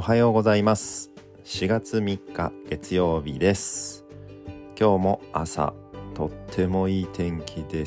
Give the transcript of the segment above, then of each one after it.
はようございます。4月3日月曜日です。今日も朝とってもいい天気です。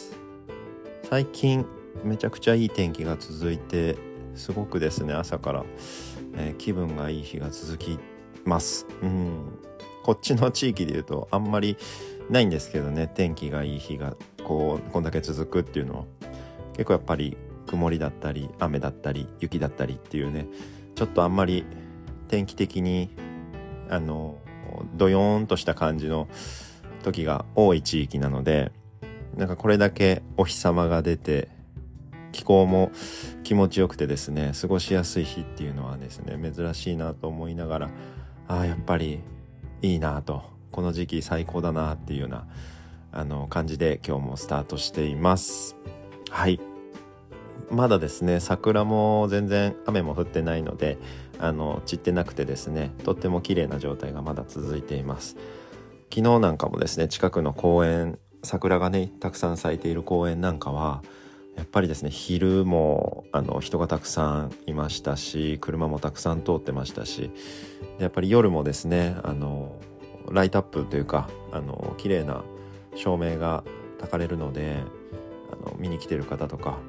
最近めちゃくちゃいい天気が続いて、すごくですね朝から、気分がいい日が続きます。こっちの地域でいうとあんまりないんですけどね、天気がいい日がこんだけ続くっていうのは結構やっぱり曇りだったり雨だったり雪だったりっていうね、ちょっとあんまり天気的にドヨーンとした感じの時が多い地域なので、なんかこれだけお日様が出て気候も気持ちよくてですね、過ごしやすい日っていうのはですね珍しいなと思いながら、やっぱりいいなと、この時期最高だなっていうような感じで今日もスタートしています。はい、まだですね桜も全然雨も降ってないので散ってなくてですね、とっても綺麗な状態がまだ続いています。昨日なんかもですね、近くの公園、桜がねたくさん咲いている公園なんかはやっぱりですね、昼も人がたくさんいましたし、車もたくさん通ってましたし、でやっぱり夜もですねライトアップというか綺麗な照明が焚かれるので見に来てる方とか、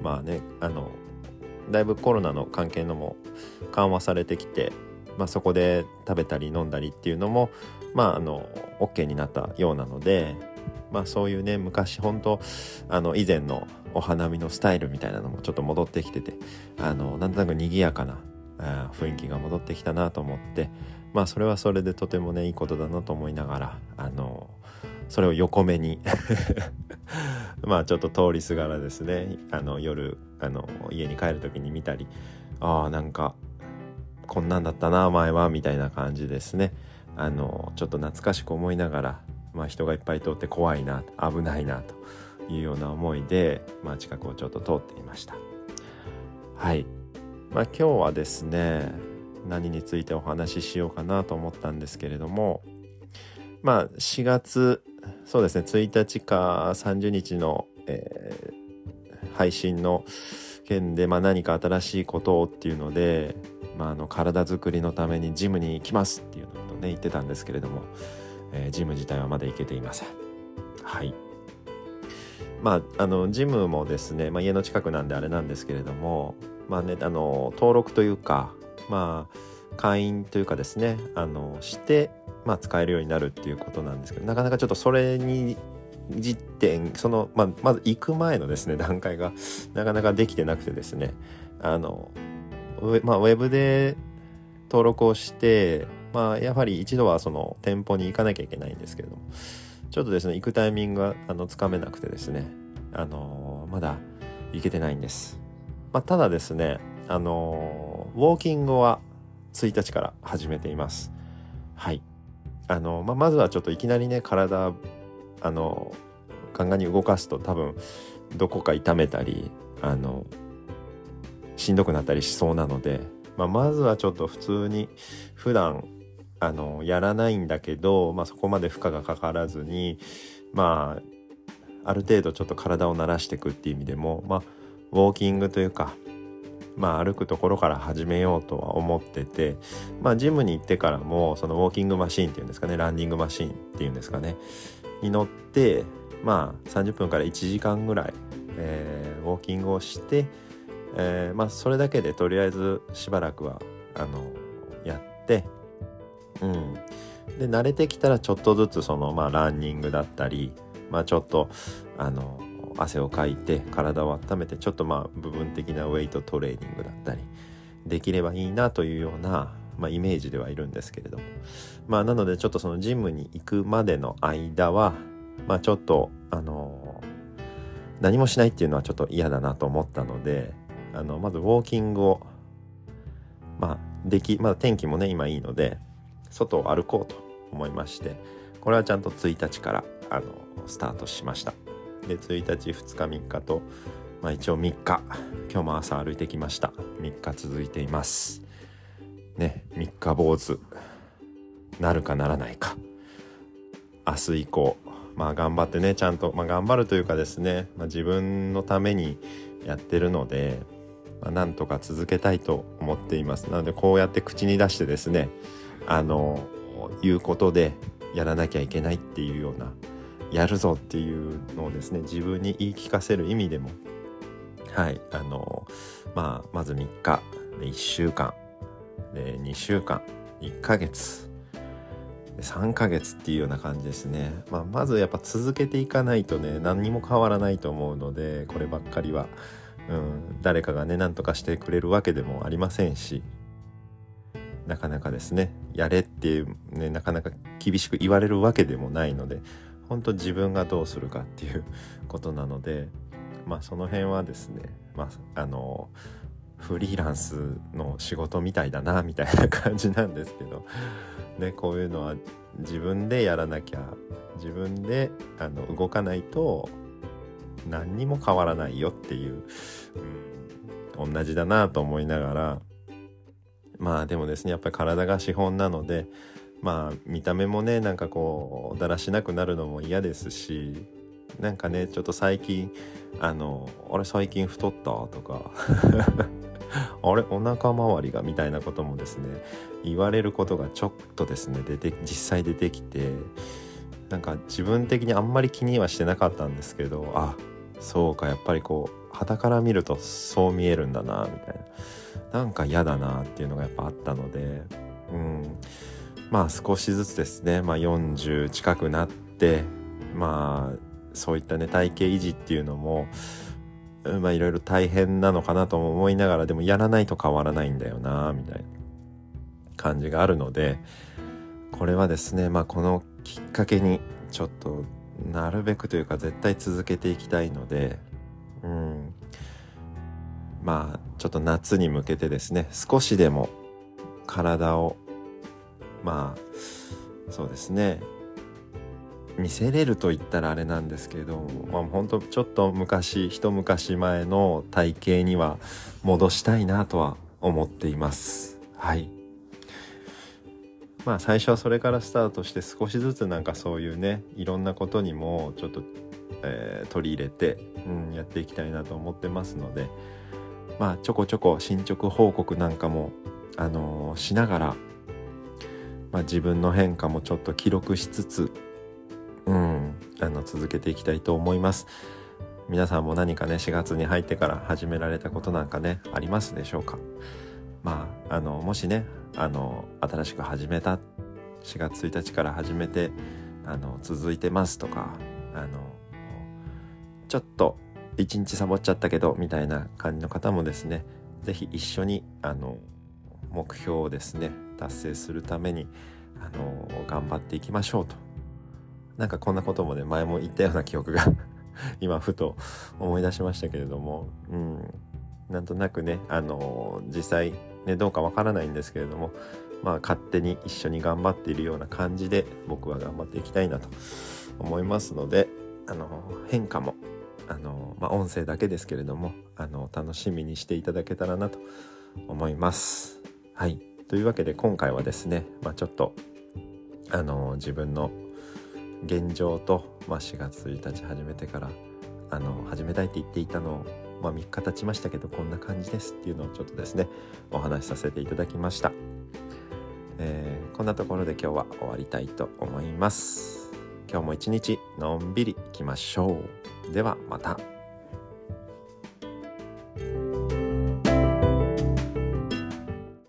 だいぶコロナの関係のも緩和されてきて、そこで食べたり飲んだりっていうのもOK になったようなので、そういうね昔本当以前のお花見のスタイルみたいなのもちょっと戻ってきてて、なんとなく賑やかな雰囲気が戻ってきたなと思って、それはそれでとてもねいいことだなと思いながらそれを横目にちょっと通りすがらですね、夜家に帰る時に見たり、なんかこんなんだったな前はみたいな感じですね。ちょっと懐かしく思いながら、人がいっぱい通って怖いな、危ないなというような思いで、近くをちょっと通っていました。はい、今日はですね何についてお話ししようかなと思ったんですけれども、4月そうですね1日か30日の、配信の件で、何か新しいことをっていうので、体作りのためにジムに行きますっていうのとね言ってたんですけれども、ジム自体はまだ行けていません。はい、ジムもですね、家の近くなんであれなんですけれども、登録というか、会員というかですねして使えるようになるっていうことなんですけど、なかなかちょっとそれにまず行く前のですね段階がなかなかできてなくてですね、ウェブで登録をして、やはり一度はその店舗に行かなきゃいけないんですけれども、ちょっとですね行くタイミングがつかめなくてですねまだ行けてないんです。ただですねウォーキングは1日から始めています。はい、まずはちょっといきなりね体ガンガンに動かすと多分どこか痛めたりしんどくなったりしそうなので、まずはちょっと普通に普段やらないんだけど、そこまで負荷がかからずにある程度ちょっと体を慣らしていくっていう意味でも、ウォーキングというか歩くところから始めようとは思ってて、ジムに行ってからもそのウォーキングマシーンっていうんですかね、ランニングマシーンっていうんですかねに乗って、30分から1時間ぐらい、ウォーキングをして、それだけでとりあえずしばらくはやって、で慣れてきたらちょっとずつそのランニングだったり、ちょっと汗をかいて体を温めてちょっと部分的なウェイトトレーニングだったりできればいいなというような、イメージではいるんですけれども、なのでちょっとそのジムに行くまでの間はちょっと何もしないっていうのはちょっと嫌だなと思ったので、まずウォーキングを天気もね今いいので外を歩こうと思いまして、これはちゃんと1日からスタートしました。で1日2日3日と、一応3日今日も朝歩いてきました。3日続いていますね。3日坊主なるかならないか、明日以降頑張ってねちゃんと、頑張るというかですね、自分のためにやってるのでなんとか続けたいと思っています。なのでこうやって口に出してですね言うことでやらなきゃいけないっていうような、やるぞっていうのをですね自分に言い聞かせる意味でも、はいまず3日で1週間で2週間1ヶ月で3ヶ月っていうような感じですね。まずやっぱ続けていかないとね何にも変わらないと思うので、こればっかりは、誰かがね何とかしてくれるわけでもありませんし、なかなかですねやれっていうねなかなか厳しく言われるわけでもないので、本当自分がどうするかっていうことなので、その辺はですねフリーランスの仕事みたいだなみたいな感じなんですけどね、こういうのは自分でやらなきゃ、自分で動かないと何にも変わらないよっていう、同じだなと思いながら、でもですねやっぱり体が資本なので、見た目もねなんかこうだらしなくなるのも嫌ですし、なんかねちょっと最近あれ最近太ったとかあれお腹周りがみたいなこともですね言われることがちょっとですね実際出てきて、なんか自分的にあんまり気にはしてなかったんですけど、そうかやっぱりこう傍から見るとそう見えるんだなみたいな、なんか嫌だなっていうのがやっぱあったので、少しずつですね、40近くなってそういったね体型維持っていうのもいろいろ大変なのかなとも思いながら、でもやらないと変わらないんだよなみたいな感じがあるので、これはですねこのきっかけにちょっとなるべくというか絶対続けていきたいので、ちょっと夏に向けてですね少しでも体をそうですね見せれると言ったらあれなんですけど、本当ちょっと一昔前の体型には戻したいなとは思っています。はい。最初はそれからスタートして、少しずつなんかそういうねいろんなことにもちょっと、取り入れて、やっていきたいなと思ってますので、ちょこちょこ進捗報告なんかもしながら、自分の変化もちょっと記録しつつ続けていきたいと思います。皆さんも何かね4月に入ってから始められたことなんかねありますでしょうか。もしね新しく始めた4月1日から始めて続いてますとか、ちょっと1日サボっちゃったけどみたいな感じの方もですね、ぜひ一緒に目標をですね達成するために頑張っていきましょうと、なんかこんなこともね前も言ったような記憶が今ふと思い出しましたけれども、なんとなくね実際ねどうかわからないんですけれども、勝手に一緒に頑張っているような感じで僕は頑張っていきたいなと思いますので、変化も音声だけですけれども楽しみにしていただけたらなと思います。はい、というわけで今回はですね、ちょっと自分の現状と、4月1日始めてから始めたいって言っていたのを、3日経ちましたけどこんな感じですっていうのをちょっとですねお話しさせていただきました。こんなところで今日は終わりたいと思います。今日も一日のんびりいきましょう。ではまた。